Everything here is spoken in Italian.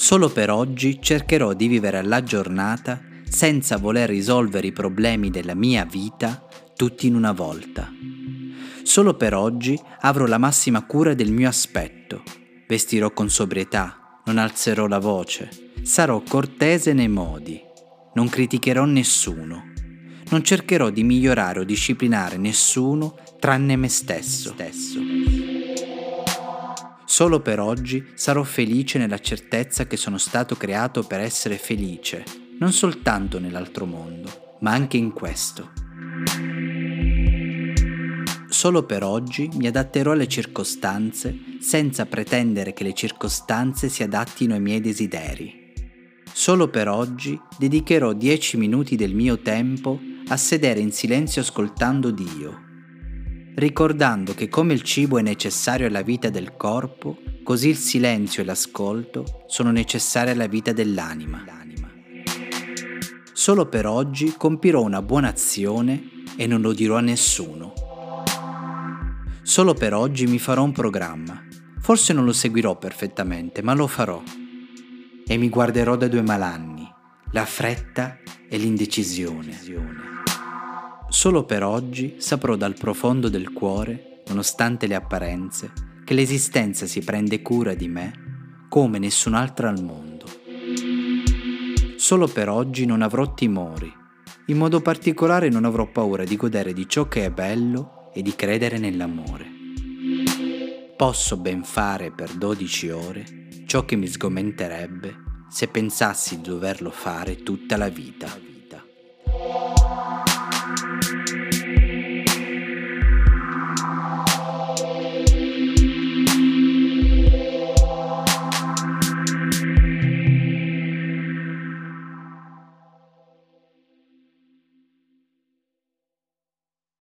Solo per oggi cercherò di vivere alla giornata senza voler risolvere i problemi della mia vita tutti in una volta. Solo per oggi avrò la massima cura del mio aspetto. Vestirò con sobrietà, non alzerò la voce, sarò cortese nei modi, non criticherò nessuno, non cercherò di migliorare o disciplinare nessuno tranne me stesso. Solo per oggi sarò felice nella certezza che sono stato creato per essere felice, non soltanto nell'altro mondo, ma anche in questo. Solo per oggi mi adatterò alle circostanze senza pretendere che le circostanze si adattino ai miei desideri. Solo per oggi dedicherò 10 minuti del mio tempo a sedere in silenzio ascoltando Dio, ricordando che come il cibo è necessario alla vita del corpo, così il silenzio e l'ascolto sono necessari alla vita dell'anima. Solo per oggi compirò una buona azione e non lo dirò a nessuno. Solo per oggi mi farò un programma. Forse non lo seguirò perfettamente, ma lo farò. E mi guarderò da due malanni, la fretta e l'indecisione. Solo per oggi saprò dal profondo del cuore, nonostante le apparenze, che l'esistenza si prende cura di me come nessun'altra al mondo. Solo per oggi non avrò timori. In modo particolare non avrò paura di godere di ciò che è bello e di credere nell'amore. Posso ben fare per 12 ore ciò che mi sgomenterebbe se pensassi di doverlo fare tutta la vita.